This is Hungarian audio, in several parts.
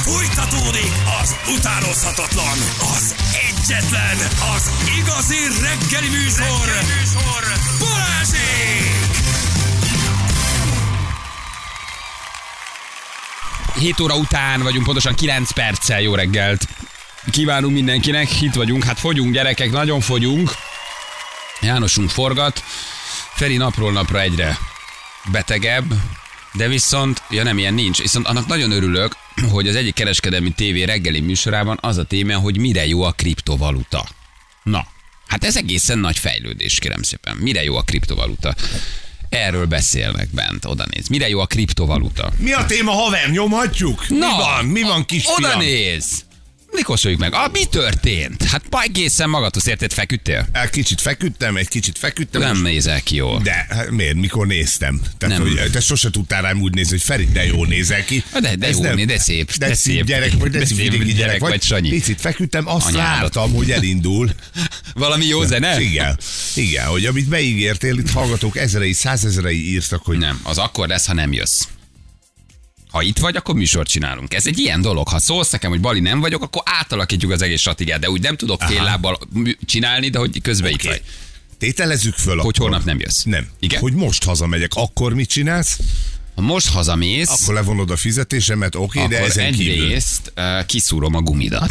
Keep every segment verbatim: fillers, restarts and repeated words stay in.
Fújtatódik az utánozhatatlan, az egyetlen, az igazi reggeli műsor, reggeli műsor. Balázsék! hét óra után vagyunk, pontosan kilenc perccel. Jó reggelt kívánunk mindenkinek, itt vagyunk, hát fogyunk gyerekek, nagyon fogyunk. Jánosunk forgat, Feri napról napra egyre betegebb, de viszont, ja nem, ilyen nincs, viszont annak nagyon örülök, hogy az egyik kereskedelmi tévé reggeli műsorában az a téma, hogy mire jó a kriptovaluta. Na, hát ez egészen nagy fejlődés, kérem szépen. Mire jó a kriptovaluta? Erről beszélnek bent, oda néz. Mire jó a kriptovaluta? Mi a téma, haver? Nyomhatjuk? Na, mi van? Mi van, kisfiam? Oda néz! Nikolsoljuk meg. Ah, mi történt? Hát egészen magadhoz érted, feküdtél? Kicsit feküdtem, egy kicsit feküdtem. Nem most... nézel ki jól. De hát miért? Mikor néztem? Tehát, nem. Hogy te sose tudtál rám úgy nézni, hogy Feri, de jól nézel ki. De, de jó, nem, de szép. De, de szép gyerek vagy, de, de szép gyerek, gyerek vagy. Sanyi. Picit feküdtem, azt Anyádat. láttam, hogy elindul. Valami jó zene? Igen. Igen, hogy amit beígértél, itt hallgatók ezerei, százezerei írtak, hogy... Nem, az akkor lesz, ha nem jössz. Ha itt vagy, akkor műsort csinálunk. Ez egy ilyen dolog. Ha szólsz nekem, hogy Bali nem vagyok, akkor átalakítjuk az egész stratégiát, de úgy nem tudok fél lábbal csinálni, de hogy közben okay. Itt vagy. Tételezzük föl hogy akkor. Holnap nem jössz. Nem. Igen? Hogy most hazamegyek, akkor mit csinálsz? Ha most hazamész... Akkor levonod a fizetésemet, oké, okay, de ezen kívül... egyrészt uh, kiszúrom a gumidat.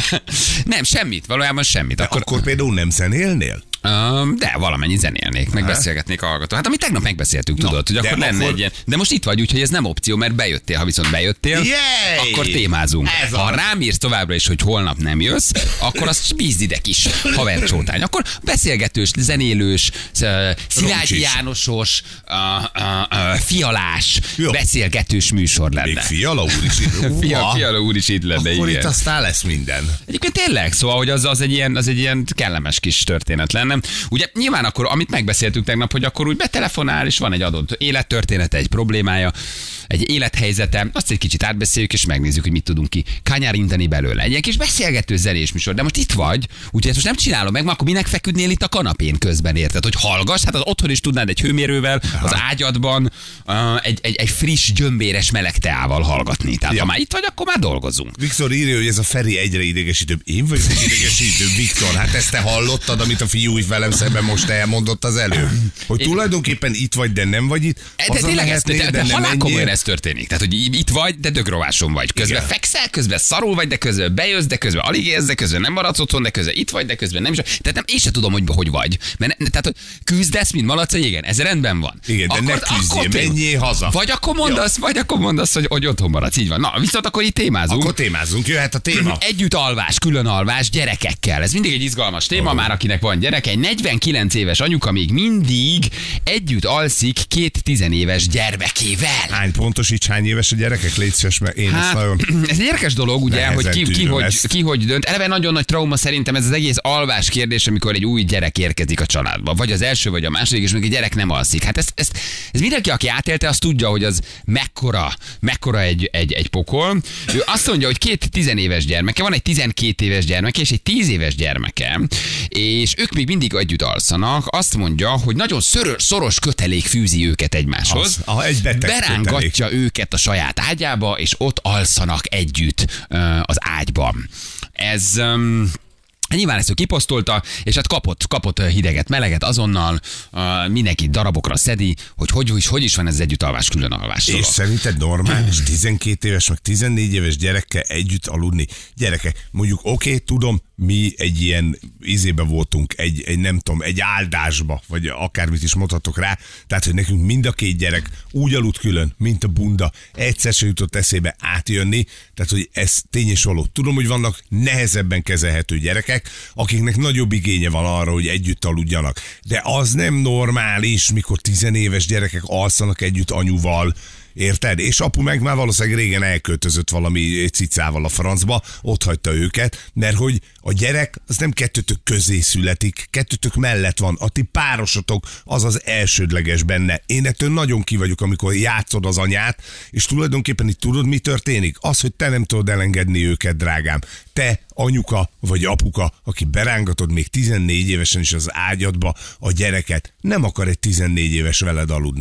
Nem, semmit, valójában semmit. De akkor, akkor például nem zenélnél? Um, de valamennyi zenélnék, meg beszélgetnék a hallgató. Hát amit tegnap megbeszéltük, no, tudod, hogy akkor lenne akkor... egy ilyen... De most itt vagy, úgyhogy ez nem opció, mert bejöttél. Ha viszont bejöttél, Yay! Akkor témázunk. Ez ha az. rám írsz továbbra is, hogy holnap nem jössz, akkor azt bízd ide kis havercsótány. Akkor beszélgetős, zenélős, Szilágyi Jánosos, uh, uh, uh, fialás, jó. Beszélgetős műsor lenne. Még Fiala úr is itt. Fia, Fiala úr is itt lenne, akkor igen. Itt aztán lesz minden. Egyébként tényleg, szóval, hogy az, az, egy ilyen, az egy ilyen kellemes kis történet lenne. Ugye nyilván akkor, amit megbeszéltük tegnap, hogy akkor úgy betelefonál, és van egy adott élettörténete, egy problémája, egy élethelyzete, azt egy kicsit átbeszéljük, és megnézzük, hogy mit tudunk ki kányárintani belőle. Egy ilyen kis beszélgető zenés műsor, de most itt vagy, úgyhogy ezt most nem csinálom meg, akkor minek feküdnél itt a kanapén közben, érted? Hogy hallgass, hát az otthon is tudnád egy hőmérővel, az ágyadban uh, egy, egy, egy friss, gyömbéres meleg teával hallgatni. Tehát ja. Ha már itt vagy, akkor már dolgozunk. Viktor írja, hogy ez a Feri egyre idegesítőbb. Én vagyok idegesítőbb, Viktor. Hát ezt te hallottad, amit a fiú is velem szemben most elmondott az előbb. Hogy tulajdonképpen itt vagy, de nem vagy itt. De tényleg ez, de, de halál komolyan ez történik. Tehát, hogy itt vagy, de dögrováson vagy. Közben igen. Fekszel, közben szarul vagy, de közben bejössz, de közben alig élsz, de közben nem maradsz otthon, de közben itt vagy, de közben nem is. Tehát nem, én sem tudom, hogy hogy vagy. Mert ne, tehát, hogy küzdesz, mint malac a jégen. Ez rendben van. Igen, de akkor, ne küzdjél, menjél haza. Vagy akkor mondasz, vagy akkor mondasz, hogy, hogy otthon maradsz. Így van. Na, viszont akkor itt témázunk. Akkor témázunk, jöhet a téma. Együtt alvás, külön alvás gyerekekkel. Ez mindig egy izgalmas téma, oh. Már akinek van gyereke. Egy negyvenkilenc éves anyuka még mindig együtt alszik két tizenéves gyermekével. Hány pontosíts, hány éves a gyerekek? Légy szíves, mert én hát, ezt nagyon... Ez egy érdekes dolog, ugye, hogy ki, ki, hogy, ki hogy dönt. Eleve nagyon nagy trauma szerintem ez az egész alvás kérdés, amikor egy új gyerek érkezik a családba. Vagy az első, vagy a második, és még egy gyerek nem alszik. Hát ez, ez, ez mindenki, aki átélte, az tudja, hogy az mekkora, mekkora egy, egy, egy pokol. Ő azt mondja, hogy két tizenéves gyermeke, van egy tizenkét éves gyermeke, és egy tíz éves gyermeke, és ők még mindig együtt alszanak. Azt mondja, hogy nagyon szörös, szoros kötelék fűzi őket egymáshoz. Az, aha, egy berángatja kötelék. őket a saját ágyába, és ott alszanak együtt uh, az ágyban. Ez... Um, Nyilván ezt ő kiposztolta, és hát kapott, kapott hideget, meleget azonnal, uh, mindenki darabokra szedi, hogy hogy is, hogy is van ez az együttalvás, különalvás. És szerinted normális tizenkét éves, meg tizennégy éves gyerekkel együtt aludni? Gyerekek, mondjuk oké, okay, tudom, mi egy ilyen izébe voltunk, egy, egy nem tudom, egy áldásba, vagy akármit is mondhatok rá, tehát, hogy nekünk mind a két gyerek úgy aludt külön, mint a bunda, egyszer se jutott eszébe átjönni, tehát, hogy ez tény és való. Tudom, hogy vannak nehezebben kezelhető gyerekek, akiknek nagyobb igénye van arra, hogy együtt aludjanak. De az nem normális, mikor tizenéves gyerekek alszanak együtt anyuval, érted? És apu meg már valószínűleg régen elköltözött valami cicával a francba, ott hagyta őket, mert hogy a gyerek az nem kettőtök közé születik, kettőtök mellett van, a ti párosotok az az elsődleges benne. Én ettől nagyon ki vagyok, amikor játszod az anyát, és tulajdonképpen itt tudod, mi történik? Az, hogy te nem tudod elengedni őket, drágám. Te, anyuka vagy apuka, aki berángatod még tizennégy évesen is az ágyadba a gyereket, nem akar egy tizennégy éves veled aludni.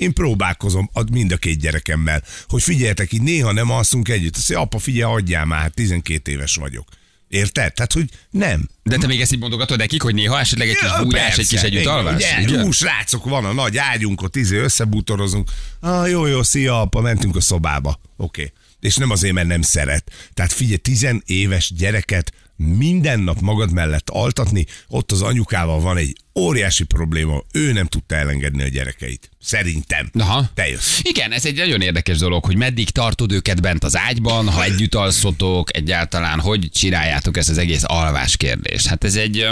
Én próbálkozom mind a két gyerekemmel, hogy figyeljetek, így néha nem alszunk együtt. Azt mondja, apa, figyelj, adjál már, hát tizenkét éves vagyok. Érted? Tehát, hogy nem. De te még ezt így mondogatod nekik, hogy néha esetleg egy kis Ja, bújás, persze, egy kis együttalvás? Igen, hús, rácok van a nagy ágyunkot, izé összebútorozunk. Ah, jó, jó, szia, apa, mentünk a szobába. Oké. Okay. És nem azért, mert nem szeret. Tehát figyelj, tizenéves gyereket minden nap magad mellett altatni, ott az anyukával van egy óriási probléma, ő nem tudta elengedni a gyerekeit. Szerintem. Aha. Te jössz. Igen, ez egy nagyon érdekes dolog, hogy meddig tartod őket bent az ágyban, ha együtt alszotok, egyáltalán hogy csináljátok ezt az egész alvás kérdést. Hát ez egy...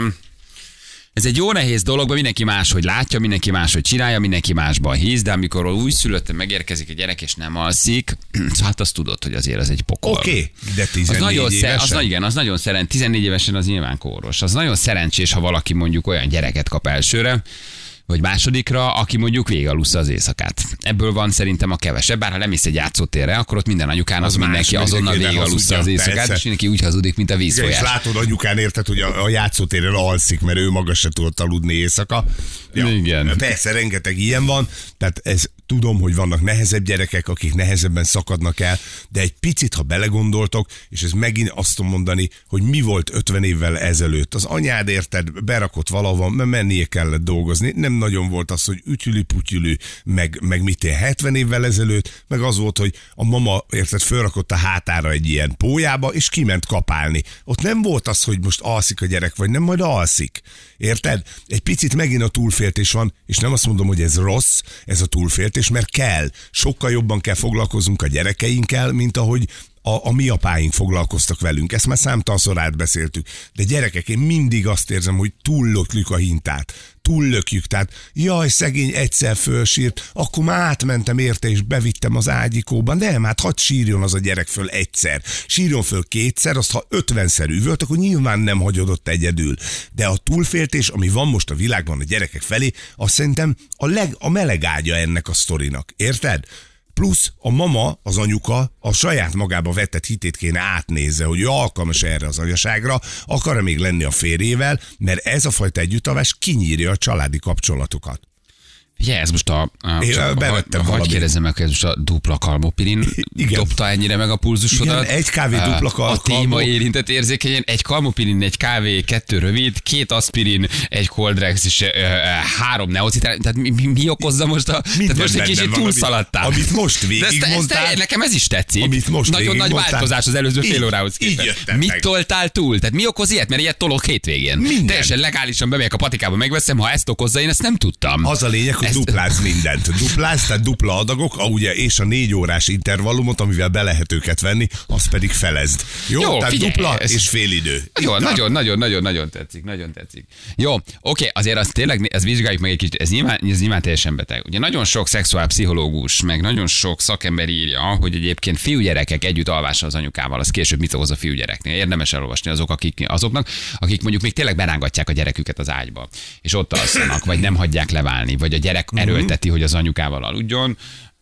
Ez egy jó nehéz dolog, mert mindenki máshogy látja, mindenki máshogy csinálja, mindenki másban hisz, de amikor újszülöttem megérkezik a gyerek és nem alszik, hát azt tudod, hogy azért az egy pokol. Oké, okay, de tizennégy az nagyon évesen? Szer, az, igen, az nagyon szerencsés, tizennégy évesen az nyilván kóros. Az nagyon szerencsés, ha valaki mondjuk olyan gyereket kap elsőre, vagy másodikra, aki mondjuk végigalussza az éjszakát. Ebből van szerintem a kevesebb, bár ha lemész egy játszótérre, akkor ott minden anyukán az, az mindenki más, azonnal végigalussza az éjszakát, persze. És mindenki úgy hazudik, mint a vízfolyás. És látod anyukán, érted, hogy a, a játszótéren alszik, mert ő maga se tudott aludni éjszaka. Ja, igen. Persze, rengeteg ilyen van, tehát ez tudom, hogy vannak nehezebb gyerekek, akik nehezebben szakadnak el, de egy picit, ha belegondoltok, és ez megint azt tudom mondani, hogy mi volt ötven évvel ezelőtt. Az anyád, érted, berakott valahol, mert mennie kellett dolgozni. Nem nagyon volt az, hogy ütyülü-putyülü, meg, meg mit én hetven évvel ezelőtt, meg az volt, hogy a mama, érted, fölrakott a hátára egy ilyen pólyába, és kiment kapálni. Ott nem volt az, hogy most alszik a gyerek, vagy nem, majd alszik. Érted? Egy picit megint a túlféltés van, és nem azt mondom, hogy ez rossz, ez a túlféltés, mert kell. Sokkal jobban kell foglalkozunk a gyerekeinkkel, mint ahogy a, a mi apáink foglalkoztak velünk. Ezt már számtalanszor átbeszéltük. De gyerekek, én mindig azt érzem, hogy túllökjük a hintát. Túllökjük, tehát jaj, szegény egyszer fölsírt, akkor már átmentem érte és bevittem az ágyikóba. Nem, hát hadd sírjon az a gyerek föl egyszer. Sírjon föl kétszer, azt ha ötvenszer üvölt, akkor nyilván nem hagyod ott egyedül. De a túlféltés, ami van most a világban a gyerekek felé, azt szerintem a, leg, a meleg ágya ennek a sztorinak. Érted? Plusz a mama, az anyuka a saját magába vetett hitét kéne átnézze, hogy ő alkalmas erre az anyaságra, akar-e még lenni a férjével, mert ez a fajta együttalvás kinyírja a családi kapcsolatokat. Ugye ez most a... a Én csak, bevettem ha, hogy kérdezzem meg, hogy ez most a dupla kalmopirin dobta ennyire meg a pulzusodat? Igen, egy kávé dupla kalmo. A téma érintett érzékenyen, egy kalmopirin, egy kávé, kettő rövid, két aspirin, egy Coldrex és uh, három neocitán. Tehát mi, mi, mi okozza most a... Minden tehát most egy kicsit túlszaladtál. Amit, amit most végigmondtál. Nekem ez is tetszik. Amit most nagyon nagy változás az előző fél órához képest. Mit meg. toltál túl? Tehát mi okoz ilyet? Mert ilyet tolok hétvégén. Minden. Teljesen legálisan bemegyek a patikába, megveszem, ha ezt okozza, én ezt nem tudtam. Az a lényeg, hogy ezt... dupláz mindent. Dupláz, tehát dupla adagok, a, ugye, és a négy órás intervallumot, amivel be lehet őket venni, az pedig felezd. Jó, Jó tehát figyelj, dupla ez... és fél idő. Jó, nagyon, nagyon, nagyon, nagyon tetszik, nagyon tetszik. Jó, oké, azért azt tényleg, ezt vizsgáljuk meg egy kicsit, ez nyilván, ez nyilván teljesen beteg. Ugye nagyon sok szexuálpszichológus, meg nagyon sok szakember írja, hogy egyébként fiúgyerekek együtt alvása az anyukával, az később mit okoz a fiúgyereknél. Érdemes elolvasni azok, akik, azoknak, akik mondjuk még tényleg berángatják a gyereküket az ágyba, és ott alszanak, vagy nem hagyják leválni, vagy a gyerek erőlteti, hogy az anyukával aludjon.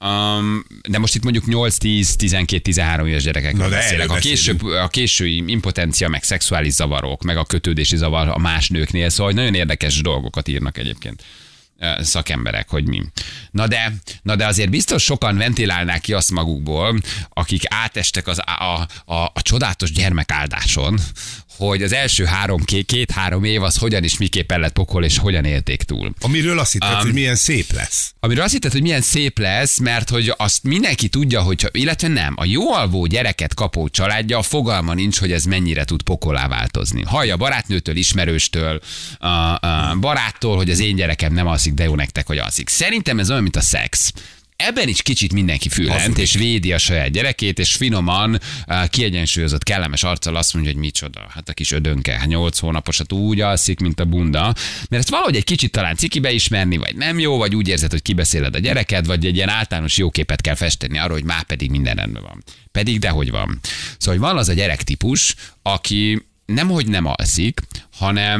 Um, de most itt mondjuk nyolc, tíz, tizenkét, tizenhárom éves gyerekekről beszélek. A, később, a késői impotencia, meg szexuális zavarok, meg a kötődési zavar a más nőknél, szóval nagyon érdekes dolgokat írnak egyébként szakemberek, hogy mi. Na de, na de azért biztos sokan ventilálnák ki azt magukból, akik átestek az, a, a, a, a csodálatos gyermekáldáson, hogy az első három, két-három év az hogyan is miképp el lett pokol, és hogyan élték túl. Amiről azt hitted, um, um, hogy milyen szép lesz. Amiről azt hitted, hogy milyen szép lesz, mert hogy azt mindenki tudja, hogy, illetve nem, a jó alvó gyereket kapó családja, a fogalma nincs, hogy ez mennyire tud pokolá változni. Hallja barátnőtől, ismerőstől, a, a baráttól, hogy az én gyerekem nem alszik, de jó nektek, hogy alszik. Szerintem ez olyan, mint a szex. Ebben is kicsit mindenki fülent, és védi a saját gyerekét, és finoman, kiegyensúlyozott, kellemes arccal azt mondja, hogy micsoda, hát a kis ödönke, hát nyolc hónaposat úgy alszik, mint a bunda. Mert ezt valahogy egy kicsit talán cikibe ismerni, vagy nem jó, vagy úgy érzed, hogy kibeszéled a gyereked, vagy egy ilyen általános jó képet kell festeni arról, hogy már pedig minden rendben van. Pedig dehogy van. Szóval van az a gyerektípus, aki nemhogy nem alszik, hanem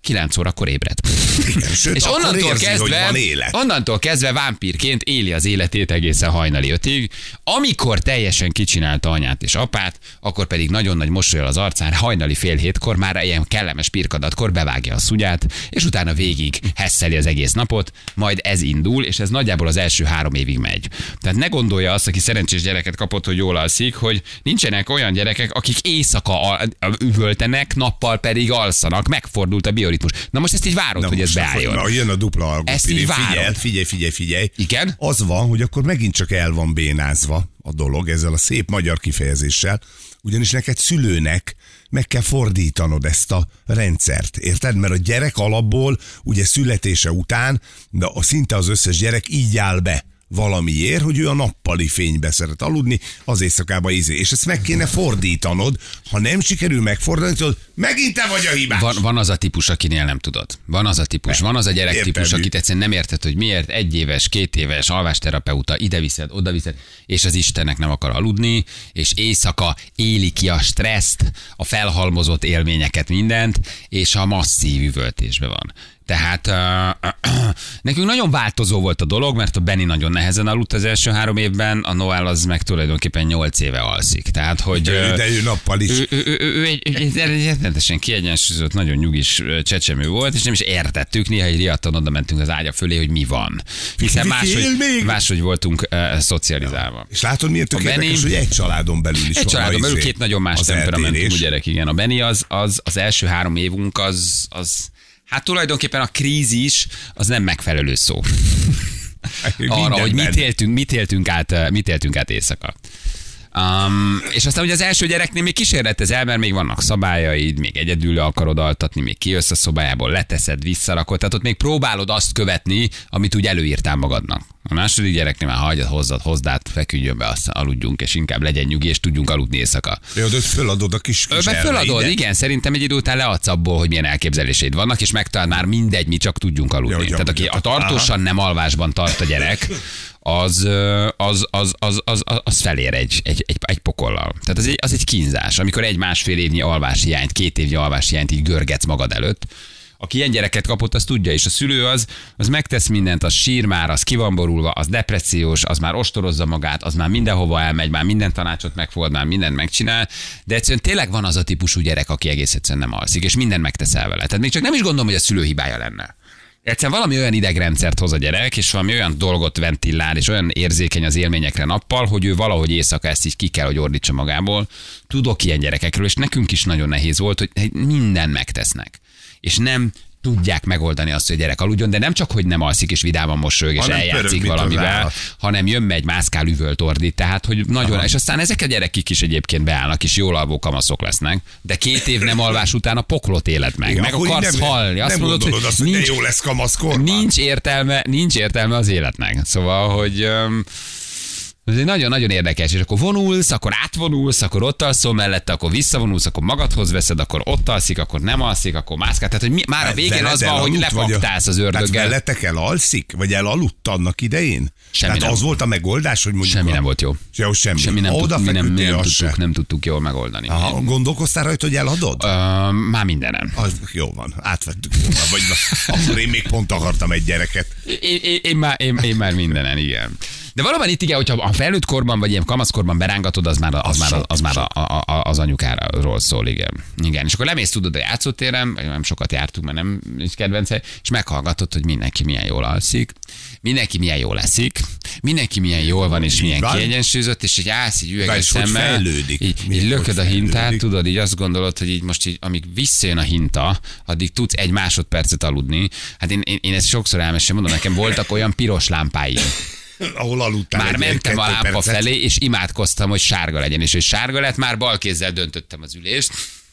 kilenc órakor ébred. Igen, sőt, és onnantól érzi, kezdve, onnantól kezdve vámpírként éli az életét egészen hajnali ötig. Amikor teljesen kicsinálta anyát és apát, akkor pedig nagyon nagy mosolyal az arcán, hajnali fél hétkor már ilyen kellemes pirkadatkor bevágja a szugyát, és utána végig hesszeli az egész napot, majd ez indul, és ez nagyjából az első három évig megy. Tehát ne gondolja azt, aki szerencsés gyereket kapott, hogy jól alszik, hogy nincsenek olyan gyerekek, akik éjszaka üvöltenek, nappal pedig alszanak, megfordult a bioritmus. Na most ezt így várod, na hogy ez beálljon. Na, jön a dupla algopirin. Figyelj, figyelj, figyelj, figyelj. Igen? Az van, hogy akkor megint csak el van bénázva a dolog ezzel a szép magyar kifejezéssel, ugyanis neked szülőnek meg kell fordítanod ezt a rendszert, érted? Mert a gyerek alapból, ugye születése után, de a, szinte az összes gyerek így áll be valamiért, hogy ő a nappali fénybe szeret aludni, az éjszakába ízé. És ezt meg kéne fordítanod, ha nem sikerül megfordítani, tudod, megint te vagy a hibás. Van, van az a típus, akinél nem tudod. Van az a típus, van az a gyerek típus, akit egyszerűen nem érted, hogy miért egy éves, két éves alvásterapeuta ide viszed, oda viszed, és az Istennek nem akar aludni, és éjszaka éli ki a stresszt, a felhalmozott élményeket, mindent, és a masszív üvöltésben van. Tehát uh, uh, nekünk nagyon változó volt a dolog, mert a Benni nagyon nehezen aludt az első három évben, a Noel az meg tulajdonképpen nyolc éve alszik. Tehát, hogy... De, de ő nappal is. Ő, ő, ő, ő egy, egy, egy rettenetesen kiegyensúlyozott, nagyon nyugis csecsemő volt, és nem is értettük, néha egy riadtan oda mentünk az ágya fölé, hogy mi van. Hiszen máshogy, máshogy voltunk uh, szocializálva. Ja. És látod, miért tök Benni, érdekes, hogy egy családon belül is egy van. Egy családon belül két nagyon más temperamentú gyerek, igen. A Benni az, az, az első három évunk az... az hát tulajdonképpen a krízis az nem megfelelő szó. Arra, hogy mit éltünk, mit éltünk át, mit éltünk át éjszaka. Um, és aztán ugye az első gyereknél még kísérletez el, mert még vannak szabályaid, még egyedül akarod altatni, még kijössz a szobájából, leteszed, visszarakod, tehát ott még próbálod azt követni, amit úgy előírtál magadnak. A második gyereknél már hagyjad, hozzad, hozd át, feküdjön be, aztán aludjunk, és inkább legyen nyugi, és tudjunk aludni éjszaka. Jó, de föladod a kis, kis Mert föladod, igen, szerintem egy idő után leadsz abból, hogy milyen elképzeléseid vannak, és megtalál már mindegy, mi csak tudjunk aludni. Jó, tehát aki a tartósan nem alvásban tart a gyerek, az, az, az, az, az, az felér egy, egy, egy, egy pokollal. Tehát az egy, az egy kínzás, amikor egy másfél évnyi alváshiányt, két évnyi alváshiányt így görgetsz magad előtt. Aki ilyen gyereket kapott, az tudja, és a szülő az, az megtesz mindent, az sír már, az ki van borulva, az depressziós, az már ostorozza magát, az már mindenhova elmegy, már minden tanácsot megfordul, már mindent megcsinál, de egyszerűen tényleg van az a típusú gyerek, aki egész egyszerűen nem alszik, és mindent megteszel vele. Tehát még csak nem is gondolom, hogy a szülő hibája lenne. Egyszerűen valami olyan idegrendszert hoz a gyerek, és valami olyan dolgot ventilál, és olyan érzékeny az élményekre nappal, hogy ő valahogy éjszaka ezt így ki kell, hogy ordítsa magából. Tudok ilyen gyerekekről, és nekünk is nagyon nehéz volt, hogy mindent megtesznek. És nem tudják megoldani azt, hogy a gyerek aludjon, de nem csak, hogy nem alszik és vidáman mosolyog és hanem eljátszik valamivel, hanem jön, megy, mászkál, üvölt, ordít, tehát hogy nagyon, aha. És aztán ezek a gyerekek is egyébként beállnak, és jól alvó kamaszok lesznek, de két év nem alvás után a poklot éled meg, igen, meg akarsz halni. Azt nem mondod, hogy azt, nincs, hogy jó lesz kamaszkorban. Nincs értelme, nincs értelme az életnek. Szóval, hogy... Um, ez nagyon-nagyon érdekes, és akkor vonulsz, akkor átvonulsz, akkor ott alszol mellette, akkor visszavonulsz, akkor magadhoz veszed, akkor ott alszik, akkor nem alszik, akkor mászkál. Tehát, hogy mi, már a végén az van, hogy lepaktálsz az ördöggel. Tehát veletek elalszik? Vagy elaludt annak idején? Semmi Tehát nem. Az volt a megoldás, hogy mondjuk... Semmi a... nem volt jó. Jó, semmi. semmi nem, tud, mi nem, mi nem, tudtuk, nem tudtuk jól megoldani. Aha, gondolkoztál rajta, hogy eladod? Uh, már mindenem. Az, jó van, átvettük volna. Vagy akkor én még pont akartam egy gyereket. Én, én, én, már, én, én már mindenen, igen. De valóban itt igen, hogyha a felnőtt korban, vagy ilyen kamaszkorban berángatod, az már, az, az, már, sok, az, már a, a, a, az anyukáról szól, igen. Igen. És akkor lemész, tudod, a játszótéren, nem sokat jártunk, mert nem is kedvence, és meghallgatod, hogy mindenki milyen jól alszik, mindenki milyen jól eszik, mindenki milyen jól van, és milyen kiegyensúlyozott, és így állsz így üveges szemmel, így, így lököd a hintát, tudod, így azt gondolod, hogy így most így, amíg visszajön a hinta, addig tudsz egy másodpercet aludni. Hát én, én, én ezt sokszor elmesem, mondom, nekem voltak olyan piros lámpáim, ahol aludtál. Már mentem a lámpa percet. felé, és imádkoztam, hogy sárga legyen, és hogy sárga lett, már bal kézzel döntöttem az ülést.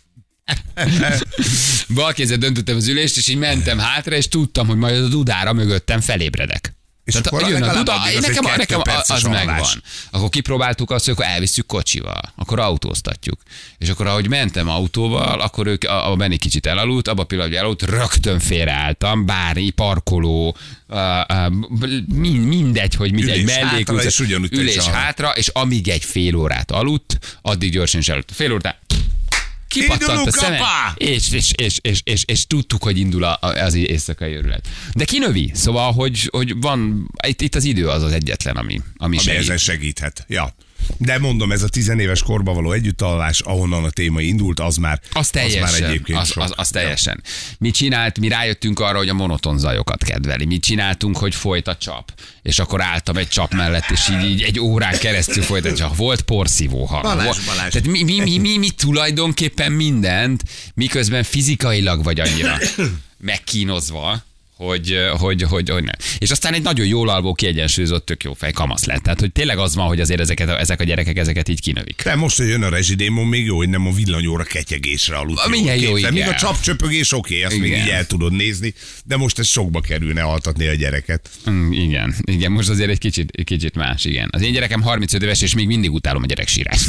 Bal kézzel döntöttem az ülést, és így mentem hátra, és tudtam, hogy majd a dudára mögöttem felébredek. És Tehát akkor jön a duda, nekem, nekem az megvan. Akkor kipróbáltuk azt, hogy akkor elviszük kocsival, akkor autóztatjuk. És akkor ahogy mentem autóval, akkor ők, a, a Benni kicsit elaludt, abban a pillanatban elaludt, rögtön félreálltam, bármi parkoló, uh, uh, mindegy, hogy mindegy, ülés mellékút, hátra, és ülés hátra, és amíg egy fél órát aludt, addig gyorsan is elaludt. Fél órát kipattant a szeme, és, és, és, és, és, és tudtuk, hogy indul a, az éjszakai őrület. De kinövi, szóval, hogy, hogy van, itt, itt az idő az az egyetlen, ami, ami, ami segít. ezen segíthet. Ja. De mondom, ez a tizenéves korba való együttalálás, ahonnan a téma indult, az már, az teljesen, az már egyébként az, az, az teljesen. Mi csinált, mi rájöttünk arra, hogy a monoton zajokat kedveli. Mi csináltunk, hogy folyt a csap. És akkor álltam egy csap mellett, és így, így egy órán keresztül folyt a csap. Volt porszívó hang. Balázs, Balázs. Tehát mi, mi, mi, mi, mi tulajdonképpen mindent, miközben fizikailag vagy annyira megkínozva, Hogy, hogy, hogy, hogy nem. És aztán egy nagyon jól alvó, kiegyensúlyozott, tök jó fej kamasz lett. Tehát, hogy tényleg az van, hogy azért ezeket, ezek a gyerekek ezeket így kinövik. De most, hogy jön a rezsidémon, még jó, hogy nem a villanyóra ketyegésre aludt. Milyen jó, igen. Még a csapcsöpögés oké, okay, azt igen. még így el tudod nézni, de most ez sokba kerülne altatni a gyereket. Mm, igen, igen, most azért egy kicsit, egy kicsit más, igen. Az én gyerekem harmincöt éves, és még mindig utálom a gyereksírást.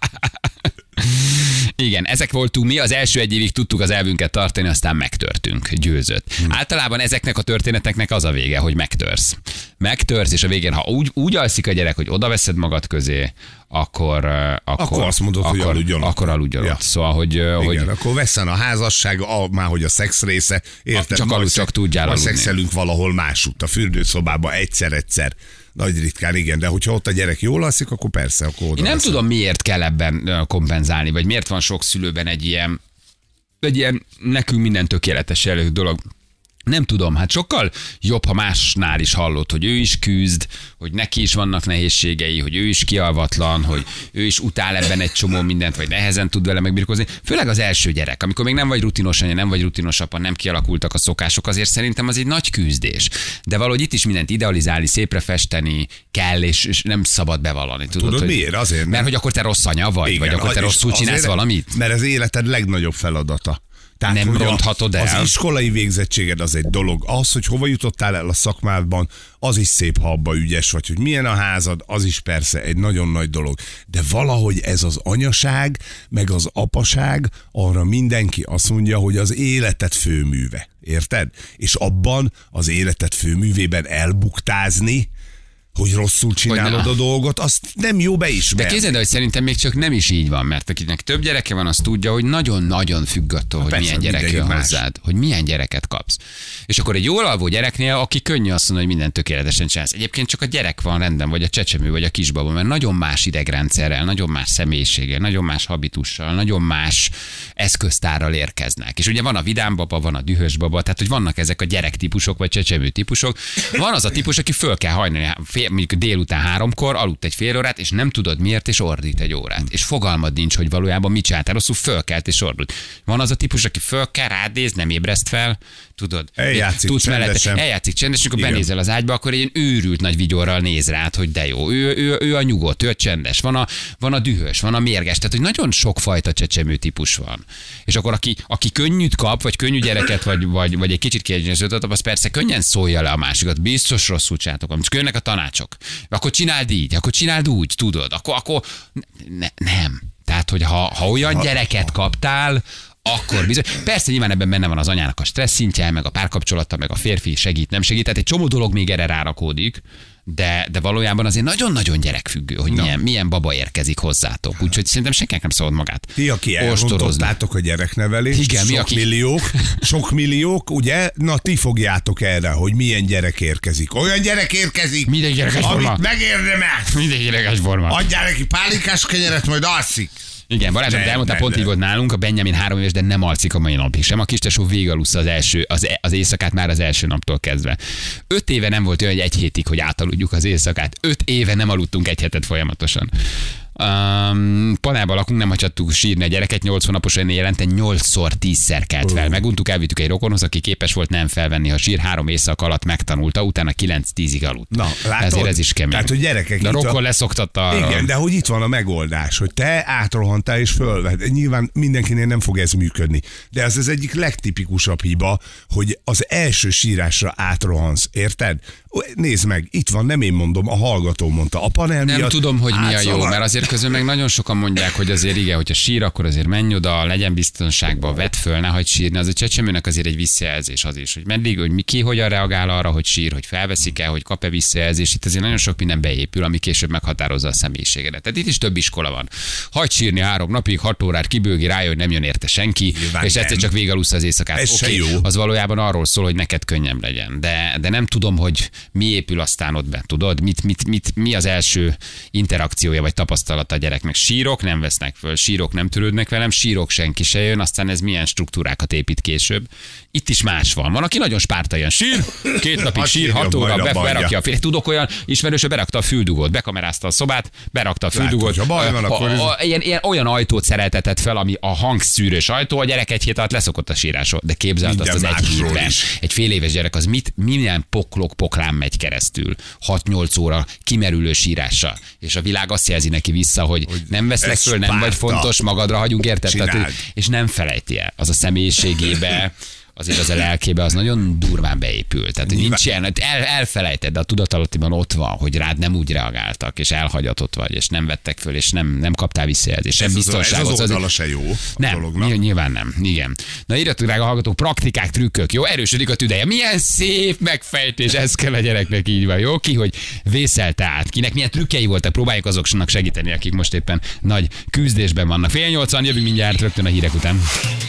Igen, ezek voltunk mi, az első egy évig tudtuk az elvünket tartani, aztán megtörtünk, győzött. Hmm. Általában ezeknek a történeteknek az a vége, hogy megtörsz. Megtörsz, és a végén, ha úgy, úgy alszik a gyerek, hogy oda veszed magad közé, akkor... Akkor, akkor azt mondod, akkor, hogy aludjon. Akkor aludjon ja. Szóval, hogy... Igen, hogy akkor vesszen a házasság, a, már hogy a szex része, érted? Csak alud, csak tudjál aludni. Szexelünk valahol másutt, a fürdőszobában egyszer-egyszer. Nagy ritkán, igen, de hogyha ott a gyerek jól alszik, akkor persze, akkor oda Én nem veszem. tudom, miért kell ebben kompenzálni, vagy miért van sok szülőben egy ilyen, egy ilyen nekünk minden tökéletes jellegű dolog. Nem tudom, hát sokkal jobb, ha másnál is hallott, hogy ő is küzd, hogy neki is vannak nehézségei, hogy ő is kialvatlan, hogy ő is utál ebben egy csomó mindent, vagy nehezen tud vele megbirkózni. Főleg az első gyerek, amikor még nem vagy rutinos anya, nem vagy rutinos apa, nem kialakultak a szokások, azért szerintem az egy nagy küzdés. De valahogy itt is mindent idealizálni, szépre festeni kell, és, és nem szabad bevallani. Tudod, Tudod hogy, miért? Azért. Mert hogy akkor te rossz anya vagy, igen, vagy akkor te rosszul csinálsz azért, valamit? Mert az életed legnagyobb feladata. Tehát, nem ronthatod el. Az iskolai végzettséged az egy dolog. Az, hogy hova jutottál el a szakmádban, az is szép, ha abba ügyes vagy, hogy milyen a házad, az is persze egy nagyon nagy dolog. De valahogy ez az anyaság, meg az apaság, arra mindenki azt mondja, hogy az életed főműve. Érted? És abban az életed főművében elbuktázni, hogy rosszul csinálod hogy a dolgot, azt nem jó beismerni. De képzeld, hogy szerintem még csak nem is így van, mert akinek több gyereke van, az tudja, hogy nagyon-nagyon függ attól, hogy persze, milyen gyerek jön más. hozzád, hogy milyen gyereket kapsz. És akkor egy jól alvó gyereknél, aki könnyű azt mondani, hogy minden tökéletesen csinálsz. Egyébként csak a gyerek van rendben, vagy a csecsemő, vagy a kisbaba, mert nagyon más idegrendszerrel, nagyon más személyiséggel, nagyon más habitussal, nagyon más eszköztárral érkeznek. És ugye van a vidám baba, van a dühös baba, tehát hogy vannak ezek a gyerektípusok, vagy csecsemő típusok. Van az a típus, aki föl kell hajnani, mondjuk délután háromkor aludt egy fél órát, és nem tudod miért, és ordít egy órát. És fogalmad nincs, hogy valójában mit csináltál, rosszul fölkelt és ordult. Van az a típus, aki föl kell, rád néz, nem ébreszt fel, tudod? Eljátszik csendesen. Eljátszik csendesen, akkor benézel az ágyba, akkor egy ilyen őrült nagy vigyorral néz rád, hogy de jó. Ő, ő, ő a nyugodt, ő a csendes, van a, van a dühös, van a mérges, tehát hogy nagyon sokfajta csecsemő típus van. És akkor aki, aki könnyűt kap, vagy könnyű gyereket, vagy, vagy, vagy egy kicsit kiegyensúlyozott, az persze könnyen szólja le a másikat, biztos rosszul csináltok, amikor jönnek a tanácsok. Akkor csináld így, akkor csináld úgy, tudod, akkor, akkor ne, nem. Tehát, hogy ha, ha olyan gyereket kaptál, akkor bizony. Persze nyilván ebben benne van az anyának a stressz szintje, meg a párkapcsolata, meg a férfi segít, nem segít. Tehát egy csomó dolog még erre rárakódik, de, de valójában azért nagyon-nagyon gyerekfüggő, hogy milyen, milyen baba érkezik hozzátok. Úgyhogy szerintem senkinek nem szabad magát ti, aki elrontottátok a gyereknevelést, igen, sok mi, aki... milliók, sok milliók, ugye? Na, ti fogjátok erre, hogy milyen gyerek érkezik. Olyan gyerek érkezik, minden gyerek amit megérdemel. Minden gyerek forma. Adjál neki pálinkás kenyeret, majd alszik. Igen, Balázs, amit elmondtál, pont így volt nálunk, a Benjamin három éves, de nem alszik a mai napig sem. A kistesó végalussza az első, az, az éjszakát már az első naptól kezdve. Öt éve nem volt olyan, hogy egy hétig, hogy átaludjuk az éjszakát. Öt éve nem aludtunk egy hetet folyamatosan. Um, panelban lakunk, nem hagyhattuk sírni a gyereket, nyolc hónaposan jelente nyolcszor tízszer kelt fel. Meguntuk, elvittük egy rokonhoz, aki képes volt nem felvenni, ha sír, három éjszak alatt megtanulta, utána kilenc-tízig aludt. Na, látod? Ezért ez is kemény. Tehát, hogy gyerekek. De a rokon a... leszoktatta arra. Igen, de hogy itt van a megoldás, hogy te átrohantál és fölved. Nyilván mindenkinél nem fog ez működni. De ez az egyik legtipikusabb hiba, hogy az első sírásra átrohansz, érted? Nézd meg, itt van, nem én mondom, a hallgató mondta. A panel nem miatt tudom, hogy mi a jó, mert azért közben meg nagyon sokan mondják, hogy azért igen, hogyha sír, akkor azért menj oda, legyen biztonságban, vedd föl, ne hagyd sírni. Az a csecsemőnek azért egy visszajelzés az is, hogy meddig, hogy mi ki hogyan reagál arra, hogy sír, hogy felveszik-e, hogy kap-e visszajelzést. Itt azért nagyon sok minden beépül, ami később meghatározza a személyiségedet. Tehát itt is több iskola van. Hagyd sírni három napig, hat órát kibőgi, rájön, hogy nem jön érte senki, Nyilván és egyszer nem. csak végalusz az éjszakát. Ez se Oké, jó. az valójában arról szól, hogy neked könnyebb legyen. De, de nem tudom, hogy mi épül aztán ott be, tudod? Mit, mit, mit, mi az első interakciója vagy tapasztalata a gyereknek? Sírok, nem vesznek föl, sírok, nem törődnek velem, sírok, senki se jön, aztán ez milyen struktúrákat épít később. Itt is más van. Van, aki nagyon spártaian sír, két napig sír, hat óra, be, berakja a fél. Tudok olyan ismerős, hogy berakta a füldugót, bekamerázta a szobát, berakta a füldugót. Látod, ha baj van, akkor ez- a, a, ilyen, ilyen, olyan ajtót szereltetett fel, ami a hangszűrős ajtó, a gyerek egy hét alatt leszokott a sírásról. De képzeld azt az Minden egy másról hétben. is. Egy fél éves gyerek az mit, milyen poklok poklán megy keresztül. hat-nyolc óra kimerülő sírással. És a világ azt jelzi neki vissza, hogy, hogy nem veszlek ez föl, nem vagy Spárta. fontos, magadra hagyunk, érted? Tehát, Csináld. és nem felejti el. Az a személyiségébe, azért az a lelkébe az nagyon durván beépült. Tehát hogy nincs ilyen, el, elfelejted, de a tudatalattiban ott van, hogy rád nem úgy reagáltak, és elhagyatott vagy, és nem vettek föl, és nem, nem kaptál visszajelzést, sem Ez az, ez biztonságot. az Az- oldala se jó a nem, dolognak. ny- nyilván nem. Igen. Na írjatok, drága hallgatók, praktikák, trükkök. Jó, erősödik a tüdeje. Milyen szép megfejtés, ez kell a gyereknek, így van. Jó, ki, hogy vészelte át. Kinek milyen trükkjei voltak, próbáljuk azoknak segíteni, akik most éppen nagy küzdésben vannak. Fél nyolcan, jövünk mindjárt rögtön a hírek után.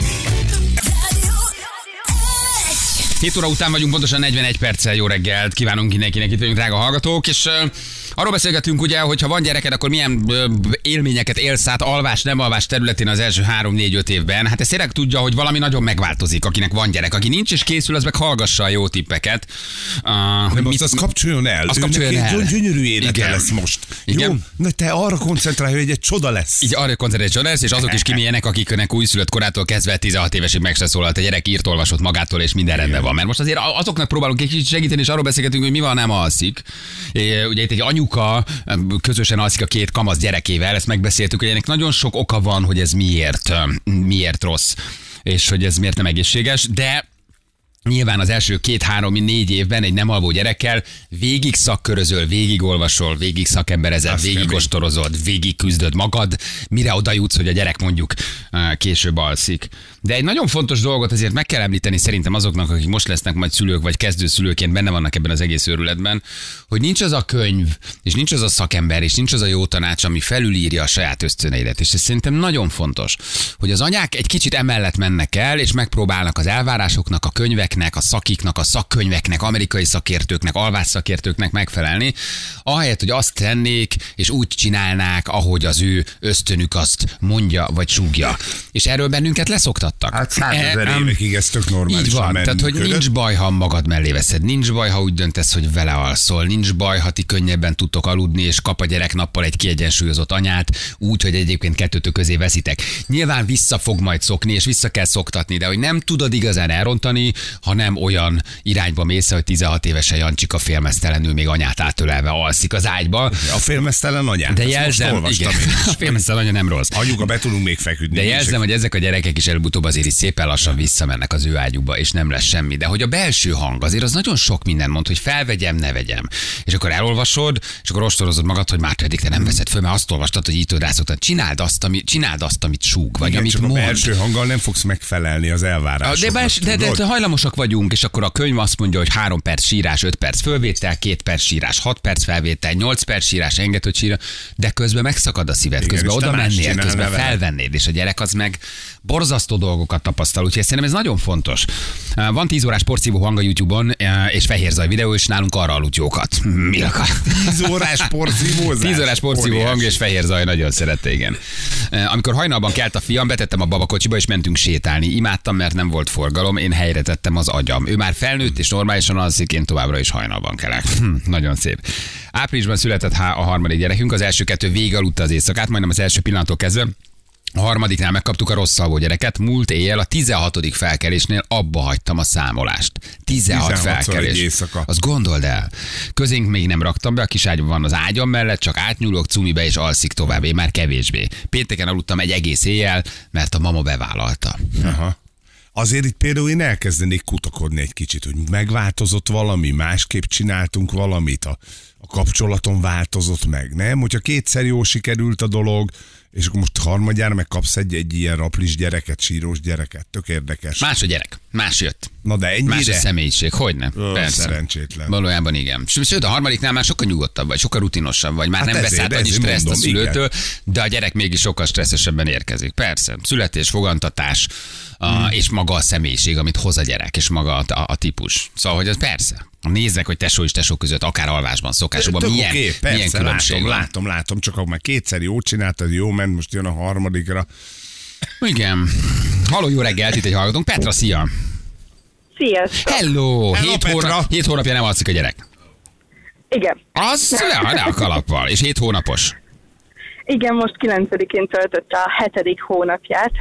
hét óra után vagyunk, pontosan negyvenegy perccel. Jó reggelt kívánunk mindenkinek, itt vagyunk, drága hallgatók, és uh, arról beszélgetünk ugye, hogy ha van gyereked, akkor milyen uh, élményeket élsz át alvás, nem alvás területén az első három négy öt évben. Hát ezt tényleg tudja, hogy valami nagyon megváltozik, akinek van gyerek. Aki nincs és készül, az meg hallgassa a jó tippeket. Uh, Nem, azt, az kapcsoljon el. Az Ő kapcsoljon neki el. egy gyönyörű élete Igen. lesz most. Igen. Jó? Na te arra koncentrálj, hogy egy csoda lesz. Így arra koncentrálj lesz, és azok is kimélyenek, akiknek újszülött korától kezdve tizenhat évesig meg se szólalt a gyerek, írt, olvasott magától, és minden rendben van. Mert most azért azoknak próbálunk egy kicsit segíteni, és arról beszélgetünk, hogy mi van, nem alszik. É, ugye itt egy anyuka közösen alszik a két kamasz gyerekével, ezt megbeszéltük, hogy ennek nagyon sok oka van, hogy ez miért, miért rossz, és hogy ez miért nem egészséges, de nyilván az első két-három-négy évben egy nem alvó gyerekkel végig szakkörözöl, végig olvasol, végig szakemberezel, Azt végig kemény. ostorozod, végig küzdöd magad, mire oda jutsz, hogy a gyerek mondjuk uh, később alszik. De egy nagyon fontos dolgot azért meg kell említeni szerintem azoknak, akik most lesznek majd szülők, vagy kezdőszülőként benne vannak ebben az egész őrületben, hogy nincs az a könyv, és nincs az a szakember, és nincs az a jó tanács, ami felülírja a saját ösztöneidet. És ez szerintem nagyon fontos, hogy az anyák egy kicsit emellett mennek el, és megpróbálnak az elvárásoknak, a könyveknek, a szakiknak, a szakkönyveknek, amerikai szakértőknek, alvásszakértőknek megfelelni, ahelyett, hogy azt tennék, és úgy csinálnák, ahogy az ő ösztönük azt mondja, vagy súgja. És erről bennünket leszoktattak. Hát százezer E, em, évekig ez tök normális. Így van, tehát hogy nincs baj, ha magad mellé veszed, nincs baj, ha úgy döntesz, hogy vele alszol, nincs baj, ha ti könnyebben tudtok aludni, és kap a gyerek nappal egy kiegyensúlyozott anyát, úgy, hogy egyébként kettőtök közé veszitek. Nyilván vissza fog majd szokni, és vissza kell szoktatni, de hogy nem tudod igazán elrontani, ha nem olyan irányba mész, hogy tizenhat évesen Jancsika félmeztelenül még anyát átölelve alszik az ágyba. A félmeztelen anyát. De ezt jelzem, most igen, olvastam én is. a félmeztelen anya nem rossz. Anyuka, be tudunk még feküdni. De És jelzem, hogy ezek a gyerekek is előbb-utóbb azért is szépen lassan visszamennek az ő ágyukba, és nem lesz semmi. De hogy a belső hang azért az nagyon sok minden mond, hogy felvegyem, ne vegyem. És akkor elolvasod, és akkor ostorozod magad, hogy már pedig te nem veszed föl, mert azt olvastad, hogy így tudod rászoktad. Csináld azt, ami, csináld azt, amit súg, vagy igen, amit csak mond. a belső hanggal nem fogsz megfelelni az De, elvárásoknak. bels, de, de, de hajlamosak vagyunk, és akkor a könyv azt mondja, hogy három perc sírás, öt perc fölvétel, két perc sírás, hat perc felvétel, nyolc perc sírás, enged, hogy sírja, de közben megszakad a szíved, Igen, közben és te oda más mennél, csinálnál közben vele. felvennéd, és a gyerek az meg borzasztó dolgokat tapasztal, úgyhogy szerintem ez nagyon fontos. Van tíz órás porszívó hang a YouTube-on, és fehér zaj videó, és nálunk arra aludt jókat. Milka. tíz órás porszívózás. tíz órás porszívó hang és fehér zaj, nagyon szerette, igen. Amikor hajnalban kelt a fiam, betettem a babakocsiba, és mentünk sétálni. Imádtam, mert nem volt forgalom, én helyre tettem az agyam. Ő már felnőtt, és normálisan alszik, én továbbra is hajnalban kelek. Hm, nagyon szép. Áprilisban született a harmadik gyerekünk, az első kettő végaludta az éjszakát, majdnem az első pillanattól kezdve. A harmadiknál megkaptuk a rossz alvó gyereket, múlt éjjel a tizenhatodik felkelésnél abba hagytam a számolást. tizenhat felkelés. éjszaka. Azt gondold el. Közénk még nem raktam be, a kis ágyban van az ágyam mellett, csak átnyúlok cumibe és alszik tovább, én már kevésbé. Pénteken aludtam egy egész éjjel, mert a mama bevállalta. Aha. Azért itt például én elkezdenék kutakodni egy kicsit, hogy megváltozott valami, másképp csináltunk valamit, a, a kapcsolaton változott meg, nem? Hogyha kétszer jól sikerült a dolog, és akkor most harmadjára meg kapsz egy, egy ilyen raplis gyereket, sírós gyereket, tök érdekes. Más a gyerek, más jött. Na de ennyire? Más a személyiség, hogyne? Ö, Persze. Szerencsétlen. Valójában igen. Sőt, a harmadiknál már sokkal nyugodtabb vagy, sokkal rutinosabb vagy, már Hát nem ezért, vesz át annyi ezért stresszt a mondom, szülőtől, igen. de a gyerek mégis sokkal stresszesebben érkezik. Persze, születés, fogantatás, a, Hmm. és maga a személyiség, amit hoz a gyerek, és maga a, a, a típus. Szóval, hogy az persze. Nézzek, hogy tesó és tesó között, akár alvásban, szokásokban, Tök milyen, oké, milyen persze, különbség látom, van. látom, látom, csak akkor már kétszer jó csináltad, jó ment, most jön a harmadikra. Igen. Halló, jó reggelt, itt egy hallgatónk. Petra, szia! Sziasztok! Hello! Hello, Hét, Petra. hónap, hét hónapja nem alszik a gyerek. Igen. Az le, le a kalappal. És hét hónapos. Igen, most kilencedikén töltötte a hetedik hónapját.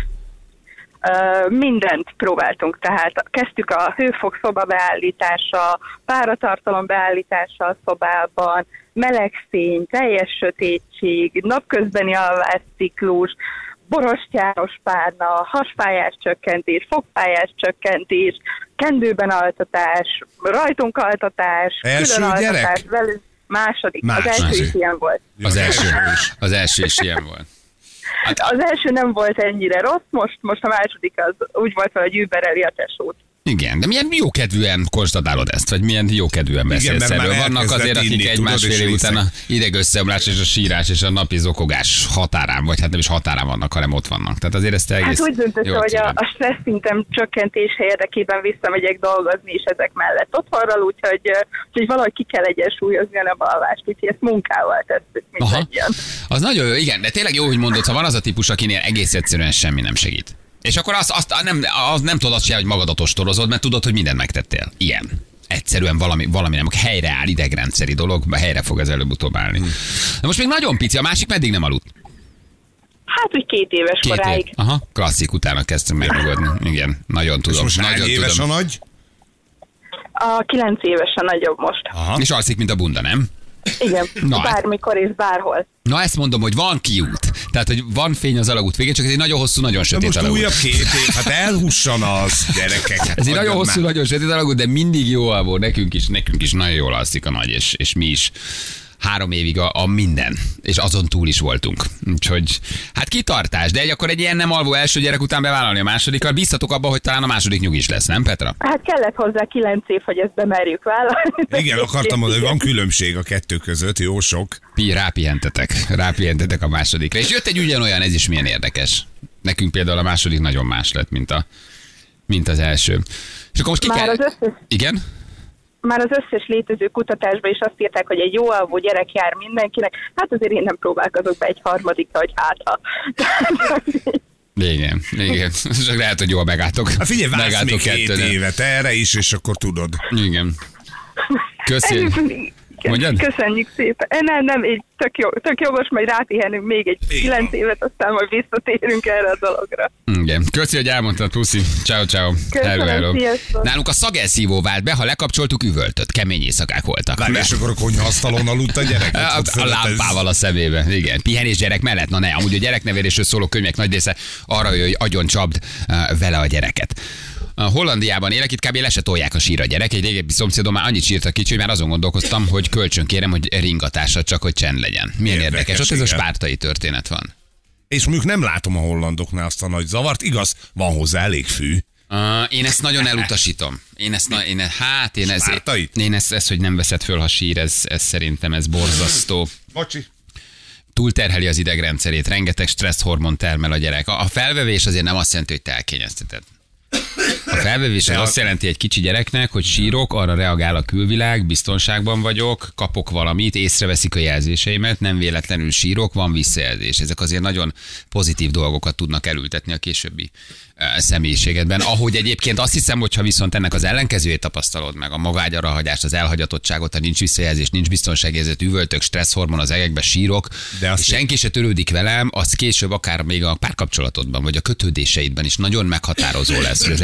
Uh, mindent próbáltunk, tehát kezdtük a hőfok szoba beállítása, páratartalom beállítása a szobában, meleg fény, teljes sötétség, napközbeni alvásciklus, borostyáros párna, hasfájás csökkentés, fogfájás csökkentés, kendőben altatás, rajtunk altatás, Első külön altatás, gyerek? velünk második. Más- az első második. is ilyen volt. Az első, az első is ilyen volt. Hát, Az első nem volt ennyire rossz, most, most a második az úgy volt, hogy übereli a tesót. igen, de milyen jókedvűen konstatálod ezt, vagy milyen jókedvűen beszélsz mert már erről. Vannak elkezdett azért, akik inni, egy tudod, másfél és év után a viszek. idegösszeomlás és a sírás és a napi zokogás határán, vagy hát nem is határán vannak, hanem ott vannak. Tehát azért ezt egész Hát úgy döntöttem, jól hogy a, csinálod. a stressz szintem csökkentése érdekében visszamegyek dolgozni is ezek mellett otthonról, úgyhogy, ö, úgyhogy valahogy ki kell egyensúlyozni a balvást, úgyhogy ezt munkával tesszük Aha. mindannyian. Az nagyon jó, igen, de tényleg jó, hogy mondod, ha van az a típus, akinél egész egyszerűen semmi nem segít. És akkor azt, azt nem, az nem tudod azt csinálni, hogy magadat ostorozod, mert tudod, hogy mindent megtettél. Ilyen. Egyszerűen valami, valami nem, helyreáll, idegrendszeri dolog, helyre fog ez előbb-utóbb állni. De most még nagyon pici, a másik meddig nem aludt? Hát úgy két éves Két év. koráig. Aha, klasszik, utána kezdtem megnyugodni. Igen, nagyon És tudom. most hány nagyon éves tudom. a nagy? A kilenc éves a nagyobb most. Aha. És alszik, mint a bunda, nem? Igen, Na, hát- bármikor és bárhol. Na ezt mondom, hogy van kiút. Tehát, hogy van fény az alagút végén, csak ez egy nagyon hosszú, nagyon De sötét most alagút. újabb két év, hát elhussan az gyerekek. Hát Ez egy nagyon hagyjad hosszú, már. nagyon sötét alagút, de mindig jó alvó, nekünk is, nekünk is nagyon jól alszik a nagy, és, és mi is három évig a, a minden, és azon túl is voltunk. Úgyhogy, hát kitartás, de egy, akkor egy ilyen nem alvó első gyerek után bevállalni a másodikkal, bíztatok abba, hogy talán a második nyugis lesz, nem Petra? Hát kellett hozzá kilenc év, hogy ezt bemerjük vállalni. Igen, akartam mondani, hogy van különbség a kettő között, jó sok. Pi, rápihentetek, rápihentetek a másodikra. És jött egy ugyanolyan, ez is milyen érdekes. Nekünk például a második nagyon más lett, mint, a, mint az első. És akkor most ki Már kell... az összes Igen? Már az összes létező kutatásban is azt írták, hogy egy jó alvó gyerek jár mindenkinek. Hát azért én nem próbálkozok be egy harmadikra, hogy hát ha. Igen, igen. Csak lehet, hogy jól megálltok. Hát figyelj, vársz Megálltok még két kettőnél. évet erre is, és akkor tudod. Igen. Köszi. Mondjad? Köszönjük szépen. Eh, Nem, nem, így tök, jó, tök jogos, majd rápihenünk még egy Igen. kilenc évet, aztán majd visszatérünk erre a dologra. Igen. Köszi, hogy elmondtad, puszi. Ciao, ciao. Köszönöm, Hello, hello. sziasztok. Nálunk a szagelszívó vált be, ha lekapcsoltuk, üvöltött. Kemény éjszakák voltak. Várj, és akkor a konyhaasztalon aludt a gyerek? A, Ott a fölött ez- lámpával a szemébe. Igen. Pihenés gyerek mellett. Na ne, amúgy a gyereknevelésről szóló könyvek nagy része arra jön, hogy agyon csapd uh, vele a gyereket. A Hollandiában élek, itt kb. Le se tolják a sír a gyerek. Egy régebbi szomszédom már annyit sírt a kicsi, hogy már azon gondolkoztam, hogy kölcsön kérem, hogy ringatása, csak hogy csend legyen. Milyen érdekes. Érdekes, Ott ez a igen. spártai történet van. És mondjuk nem látom a hollandoknál azt a nagy zavart. Igaz, van hozzá elég fű. Uh, én ezt nagyon elutasítom. Én ezt, na, én, hát én ez, Spártait? én ezt, ezt, hogy nem veszed föl, ha sír, ez, ez szerintem ez borzasztó. Bocsi. Túlterheli az idegrendszerét, rengeteg stresszhormon termel a gyerek. A a felvevés azért nem azt jelenti, hogy te elkényezteted. A felvevés az De azt a- jelenti egy kicsi gyereknek, hogy sírok, arra reagál a külvilág, biztonságban vagyok, kapok valamit, észreveszik a jelzéseimet, nem véletlenül sírok, van visszajelzés. Ezek azért nagyon pozitív dolgokat tudnak elültetni a későbbi eh, személyiségedben. Ahogy egyébként azt hiszem, hogyha viszont ennek az ellenkezőjét tapasztalod meg, a magágyara hagyást, az elhagyatottságot, ha nincs visszajelzés, nincs biztonságérzet, üvöltök, stresszhormon az egekbe, sírok, De azt és senki se törődik velem, az később akár még a párkapcsolatodban, vagy a kötődéseidben is nagyon meghatározó lesz, hogy az első egy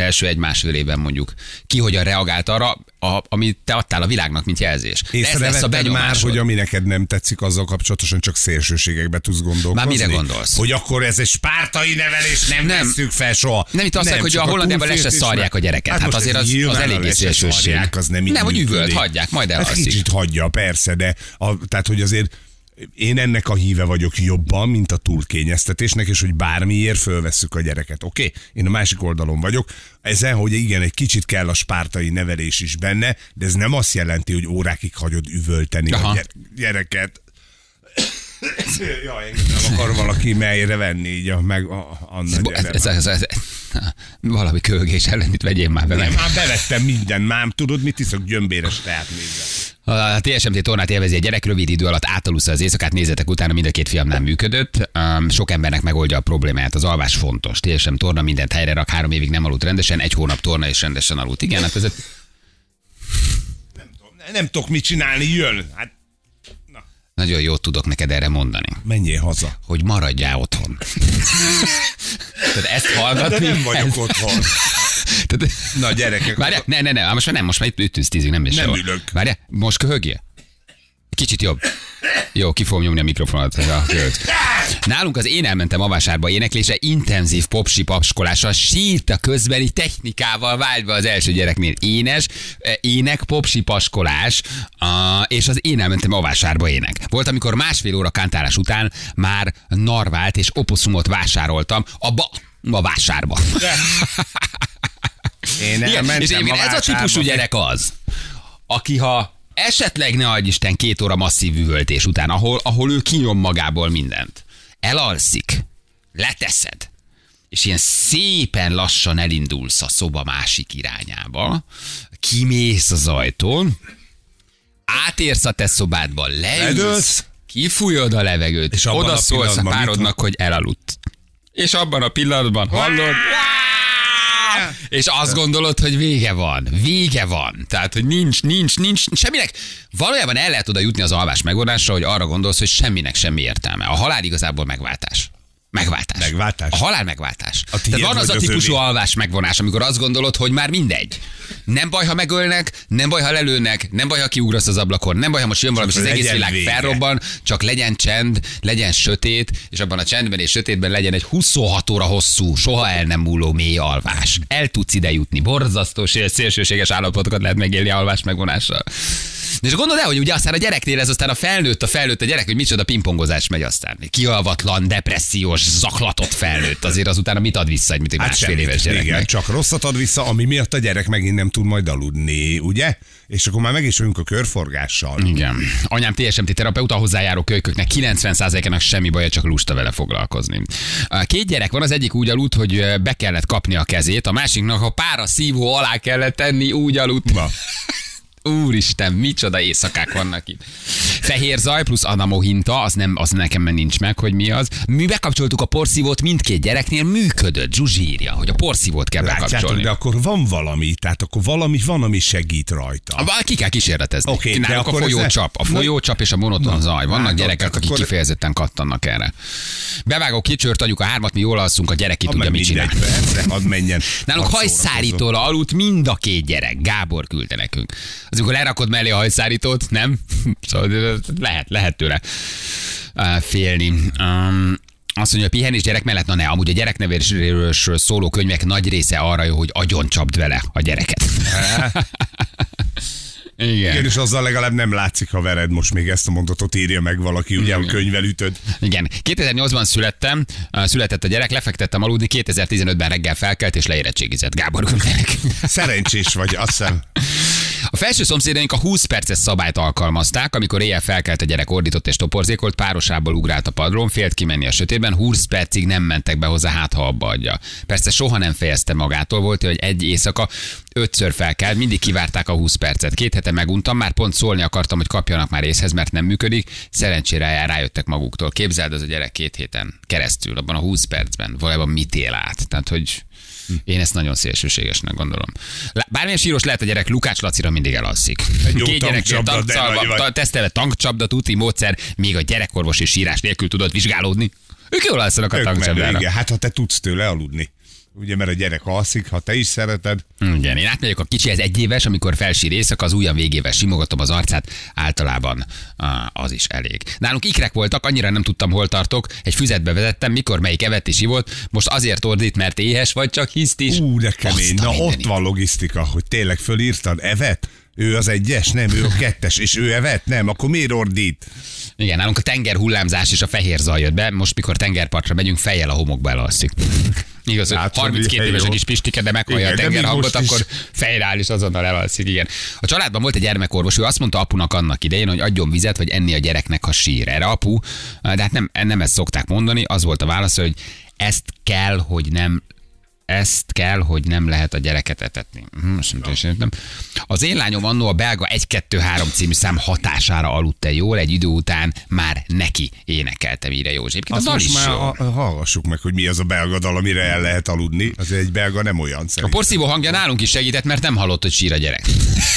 másfél évben mondjuk ki hogyan reagált arra, a, amit te adtál a világnak, mint jelzés. Észrevetted már, hogy ami neked nem tetszik, azzal kapcsolatosan csak szélsőségekbe tudsz gondolkozni? Már mire gondolsz? Hogy akkor ez egy spártai nevelés, nem, nem vesszük fel soha. Nem itt azt mondják, hogy a Hollandiában le se szarják a gyereket. Hát, hát azért az, az eléggé szélsőség. Az nem, nem hogy üvölt, hagyják, majd elalszik. Hát kicsit hagyja, persze, de a, tehát, hogy azért én ennek a híve vagyok jobban, mint a túlkényeztetésnek, és hogy bármiért fölvesszük a gyereket. Oké? Okay? Én a másik oldalon vagyok. Ezen, hogy igen, egy kicsit kell a spártai nevelés is benne, de ez nem azt jelenti, hogy órákig hagyod üvölteni Aha. a gyereket. Jaj, nem akar valaki melyre venni így a, meg a, Anna ez, ez, ez, ez, valami kölgés ellen itt vegyél már be. Nem, már bevettem minden, már tudod, mit iszok, gyömbéres teát nézve. A té es em té tornát élvezi a gyerek, rövid idő alatt átalussza az éjszakát, nézzetek utána, mind a két fiamnál működött. Um, sok embernek megoldja a problémát, az alvás fontos. té es em torna mindent helyre rak, három évig nem aludt rendesen, egy hónap torna és rendesen aludt. Igen, hát ez... Nem, tudom, nem tudok mit csinálni, jön. Hát... Nagyon jót tudok neked erre mondani. Menjél haza. Hogy maradjál otthon. Tehát ezt hallgatni... De nem vagyok ez... otthon. Tehát... Na gyerekek. Várjál, ne, ne, ne, most már nem, most már itt ütünk tízig, nem is Nem jó. ülök. Várjál, most köhögjél. Kicsit jobb. Jó, ki fogom nyomni a mikrofonat. A Nálunk az Én elmentem a vásárba éneklése intenzív popsi papskolással, sírta közbeni technikával vált be az első gyereknél. Énes, ének, popsi paskolás, és az Én elmentem a vásárba ének. Volt, amikor másfél óra kántálás után már narvált és oposzumot vásároltam abba a vásárba. Én elmentem és a ez a típusú gyerek az, aki ha esetleg ne adj Isten két óra masszív üvöltés után, ahol, ahol ő kinyom magából mindent. Elalszik, leteszed, és ilyen szépen lassan elindulsz a szoba másik irányába, kimész az ajtón, átérsz a te szobádba, leülsz, kifújod a levegőt, és oda szólsz a párodnak, hogy elaludt. És abban a pillanatban hallod, és azt gondolod, hogy vége van. Vége van. Tehát, hogy nincs, nincs, nincs, semminek. Valójában el lehet oda jutni az alvás megoldásra, hogy arra gondolsz, hogy semminek semmi értelme. A halál igazából megváltás. Megváltás. Megváltás. A halál megváltás. A Tehát van az a típusú övé. Alvás megvonás, amikor azt gondolod, hogy már mindegy. Nem baj, ha megölnek, nem baj, ha lelőnek, nem baj, ha kiugrasz az ablakon, nem baj, ha most jön valami, és az egész világ vége. Felrobban, csak legyen csend, legyen sötét, és abban a csendben és sötétben legyen egy huszonhat óra hosszú, soha el nem múló mély alvás. El tudsz ide jutni. Borzasztó, szélsőséges állapotokat lehet megélni alvás megvonással. És gondold el, hogy ugye aztán a gyereknél ez aztán a felnőtt, a felnőtt a gyerek, hogy micsoda pingpongozás megy aztán. Kialvatlan, depressziós, zaklatott felnőtt. Azért azután mit ad vissza egy, mint egy hát másfél éves gyereknek. Igen, csak rosszat ad vissza, ami miatt a gyerek megint nem tud majd aludni, ugye? És akkor már meg is vagyunk a körforgással. Igen. Anyám té es em té terapeuta, hozzájáró kölyköknek kilencven százalékának semmi baja, csak lusta vele foglalkozni. Két gyerek van, az egyik úgy aludt, hogy be kellett kapni a kezét, a másiknak a pára szívó alá kellett tenni, úgy aludt. Ma. Úristen, micsoda éjszakák vannak itt. Fehér zaj plusz anamohinta, az, nem, az nekem nincs meg, hogy mi az. Mi bekapcsoltuk a porszívót, mindkét gyereknél működött. Zsuzsi írja, hogy a porszívót kell Látjátok, bekapcsolni. de akkor van valami, tehát akkor valami van, ami segít rajta. Ki kell kísérletezni. Okay, Náluk a folyócsap, a folyócsap és a monoton zaj. Vannak hát, gyerekek, akik akkor... kifejezetten kattannak erre. Bevágó kicsört, adjuk a hármat, mi jól alszunk, a gyerek ki tudja, mit csinál. Hadd menjen. Nálunk hajszárítóra aludt mind a két gyerek. Gábor küldte nekünk. Az, amikor lerakod mellé a hajszárítót, nem? Szóval lehet, lehet tőle félni. Um, azt mondja, a pihenés gyerek mellett, na ne, amúgy a gyereknevelésről szóló könyvek nagy része arra jó, hogy agyon csapd vele a gyereket. Igen. Igen, és azzal legalább nem látszik, ha vered. Most még ezt a mondatot írja meg valaki, ugye a könyvvel ütöd. Igen. kétezer-nyolcban születtem, született a gyerek, lefektettem aludni, kétezer-tizenötben reggel felkelt és leérettségizett. Gábor küldtek. Szerencsés vagy, azt hiszem. A felső szomszédaink a húsz perces szabályt alkalmazták, amikor éjjel felkelt a gyerek, ordított és toporzékolt, párosából ugrált a padlón, félt kimenni a sötétben, húsz percig nem mentek be hozzá, hát ha abba adja. Persze soha nem fejezte magától, volt, hogy egy éjszaka ötször felkelt, mindig kivárták a húsz percet. Két hete meguntam, már pont szólni akartam, hogy kapjanak már észhez, mert nem működik. Szerencsére rájöttek maguktól. Képzeld, az a gyerek két héten keresztül, abban a húsz percben valójában mit él át. Tehát, hogy én ezt nagyon szélsőségesnek gondolom. Bármilyen síros lehet a gyerek, Lukács Lacira mindig elalszik. Két gyereknél tankcsapda, tesztelve tankcsapda, tuti módszer, még a gyerekorvosi sírás nélkül tudod vizsgálódni. Ők jól alszanak a tankcsapdára. Hát ha te tudsz tőle aludni. Ugye, mert a gyerek alszik, ha te is szereted. Igen, én átmegyek, a kicsi, ez egy éves, amikor felsír éjszaka, az ujjam végével simogatom az arcát, általában az is elég. Nálunk ikrek voltak, annyira nem tudtam, hol tartok, egy füzetbe vezettem, mikor melyik evett is ivott, most azért ordít, mert éhes vagy, csak hiszt is. Ú, de kemény. Na, mindenit. ott van logisztika, hogy tényleg fölírtad, evet? Ő az egyes, nem, ő a kettes, és ő evet, nem, akkor miért ordít? Igen, nálunk a tenger hullámzás és a fehér zaj jött be, most mikor tengerpartra megyünk, fejjel a homokba elalszik. Igaz, hogy Látszod, harminckét hogy éves a jó. kis Pistike, de meghallja a Igen, de tenger még hangot, most is. akkor fejre áll és azonnal elalszik, igen. A családban volt egy gyermekorvos, ő azt mondta apunak annak idején, hogy adjon vizet, vagy enni a gyereknek, ha sír. Erre apu, de hát nem, nem ezt szokták mondani, az volt a válasz, hogy ezt kell, hogy nem ezt kell, hogy nem lehet a gyereket etetni. Hm, azt mondta, és értem. Az én lányom annó a belga egy kettő három című szám hatására aludt el jól, egy idő után már neki énekeltem, írja Józsi. Egyébként Azt a dal most is már jó. a, a, hallgassuk meg, hogy mi az a belga dal, amire el lehet aludni. Az egy belga nem olyan A szerintem. porszívó hangja nálunk is segített, mert nem hallott, hogy sír a gyerek.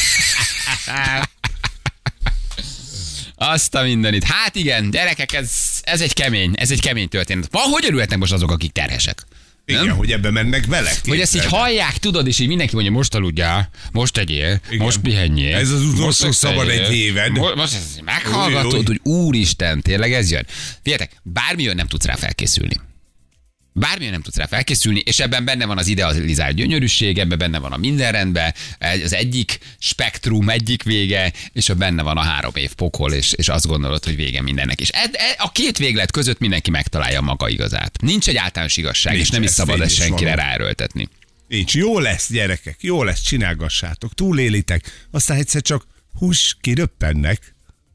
Azt a mindenit. Hát igen, gyerekek, ez, ez egy kemény, ez egy kemény történet. Ma hogy örülhetnek most azok, akik terhesek? Igen, Nem? hogy ebbe mennek bele. Hogy ezt így Képzeld. hallják, tudod, és így mindenki mondja, most aludjál, most tegyél, Igen. most pihenjél. Ez az utolsó most szabad tegyél. egy éved. Mo- Most ezt meghallgatod, Új, új. hogy úristen, tényleg ez jön. Figyeljetek, bármilyen nem tudsz rá felkészülni. Bármilyen nem tudsz rá felkészülni, és ebben benne van az idealizált gyönyörűség, ebben benne van a minden rendben, az egyik spektrum, egyik vége, és a benne van a három év pokol, és, és azt gondolod, hogy vége mindennek. És ed, ed, a két véglet között mindenki megtalálja maga igazát. Nincs egy általános igazság, Nincs, és nem is ez szabad tény ezt is senkire való. ráerőltetni. Nincs. Jó lesz, gyerekek, jó lesz, csinálgassátok, túlélitek, aztán egyszer csak hús, kiröppennek.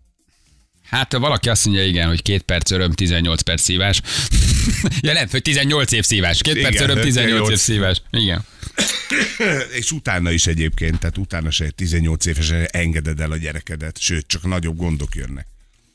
Hát valaki azt mondja, igen, hogy két perc öröm, tizennyolc perc szívás. Ja nem, hogy tizennyolc év szívás. Két Igen, perc öröm, tizennyolc év tizennyolc. szívás. Igen. És utána is egyébként, tehát utána se tizennyolc évesen engeded el a gyerekedet, sőt, csak nagyobb gondok jönnek.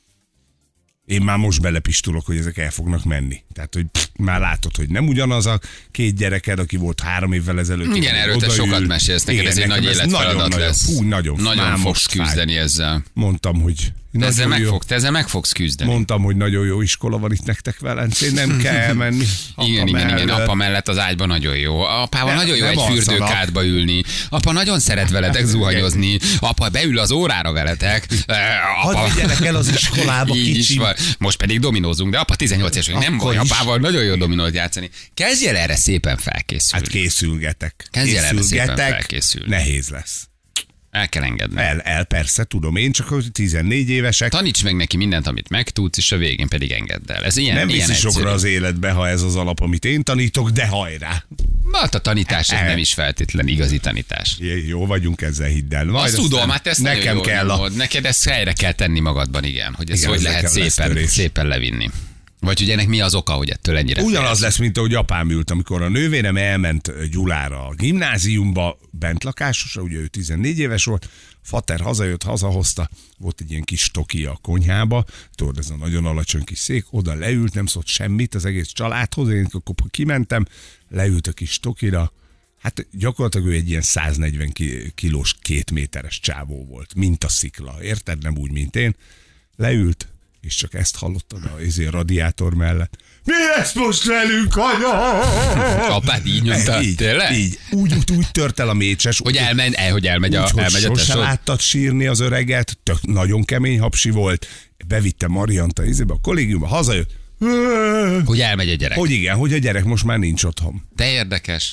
Én már most belepistulok, hogy ezek el fognak menni. Tehát, hogy pff, már látod, hogy nem ugyanaz a két gyereked, aki volt három évvel ezelőtt. Igen, erről te odaül. sokat mesélsz neked, Igen, ez egy nekem nagy ez életfeladat nagyon, lesz. Nagyon, fú, nagyon, nagyon már fogsz most fáj. küzdeni ezzel. Mondtam, hogy Te ezzel, nagyon meg jó. fog, te ezzel meg fogsz küzdeni. Mondtam, hogy nagyon jó iskola van itt nektek Velencén, nem kell elmenni. Apa Igen, igen, igen, mellett. apa mellett az ágyban nagyon jó. Apával Nem, nagyon jó nem egy alszanak. fürdőkádba ülni. Apa nagyon szeret veletek zuhanyozni. Apa beül az órára veletek. Eh, Apa... Hadd vigyenek el az iskolába, Így is kicsi. van. Most pedig dominózunk, de apa tizennyolc éves, hogy nem Akkor baj, is. apával nagyon jó dominót játszani. Kezdj el erre szépen felkészülni. Hát készülgetek. Kezdj el erre szépen Készülgetek. felkészülni. Nehéz lesz. El kell engedni. El, el persze, tudom, én csak hogy tizennégy évesek. Taníts meg neki mindent, amit megtudsz, és a végén pedig engedd el. Ez ilyen, Nem ilyen viszi egyszerű. sokra az életbe, ha ez az alap, amit én tanítok, de hajrá. Hát a tanítás ez E- nem is feltétlen igazi tanítás. J- Jó vagyunk ezzel, hidd el. Majd Azt aztán tudom, hát ezt nekem nagyon kell jól a... nyomod. Neked ezt helyre kell tenni magadban, igen, hogy ez Igen, hogy ez lehet nekem lesz szépen, törés. szépen levinni. Vagy hogy ennek mi az oka, hogy ettől ennyire Ugyanaz félsz? lesz, mint ahogy apám ült, amikor a nővérem elment Gyulára a gimnáziumba, bent lakásosra, ugye ő tizennégy éves volt, fater hazajött, hazahozta, volt egy ilyen kis toki a konyhába, tudod, ez a nagyon alacsony kis szék, oda leült, nem szólt semmit az egész családhoz, én akkor kimentem, leült a kis tokira, hát gyakorlatilag ő egy ilyen száznegyven ki- kilós, két méteres csávó volt, mint a szikla, érted? Nem úgy, mint én. Leült, és csak ezt hallottad a izé, radiátor mellett. Mi lesz most velünk, anya? Apád így nyomta, így, tényleg? így, úgy, úgy, úgy tört el a mécses. Hogy elmen, el, hogy elmegy a, úgy, hogy elmegy a sose tesód? láttad sírni az öreget, tök nagyon kemény hapsi volt, bevitte Marianta izébe a kollégiumba, hazajött. Hogy elmegy a gyerek. Hogy igen, hogy a gyerek most már nincs otthon. De érdekes.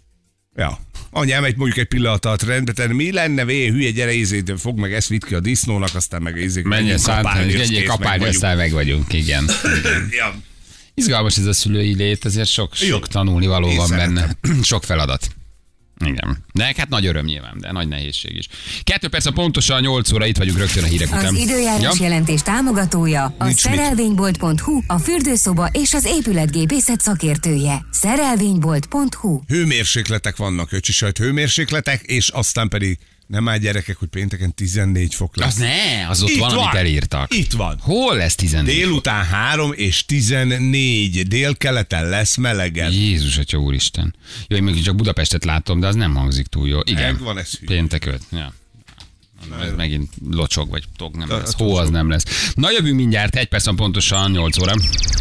Ja. Anyám egy mondjuk egy pillanat alatt rendbe tenni, mi lenne, vé, hülye, gyere, ízét, fog meg ezt vidd ki a disznónak, aztán meg ízét. Menjen szántani, egyék kapálni, aztán meg vagyunk, igen. Ja. Izgalmas ez a szülői lét, azért sok, Jó. sok tanulni való Én van szeretem. benne. Sok feladat. Igen. De hát nagy öröm nyilván, de nagy nehézség is. Kettő perc a pontosan nyolc óra, itt vagyunk rögtön a hírek után. Az időjárás jelentés támogatója a Nincs mit. szerelvénybolt pont hu, a fürdőszoba és az épületgépészet szakértője. szerelvénybolt pont hu. Hőmérsékletek vannak, öcsi sajt, hőmérsékletek, és aztán pedig nem áll gyerekek, hogy pénteken tizennégy fok lesz. Az ne, az ott Itt van, amit van. elírtak. Itt van. Hol lesz tizennégy? Délután három és tizennégy. Délkeleten lesz meleged. Jézus, atya úristen. Jó, én még csak Budapestet látom, de az nem hangzik túl jó. Igen. Megvan ez hülye. Péntek öt. Ja. Ez megint locsog, vagy tog nem Da- lesz. Hó az locsog. nem lesz. Na jövünk mindjárt, egy perc van pontosan nyolc óra.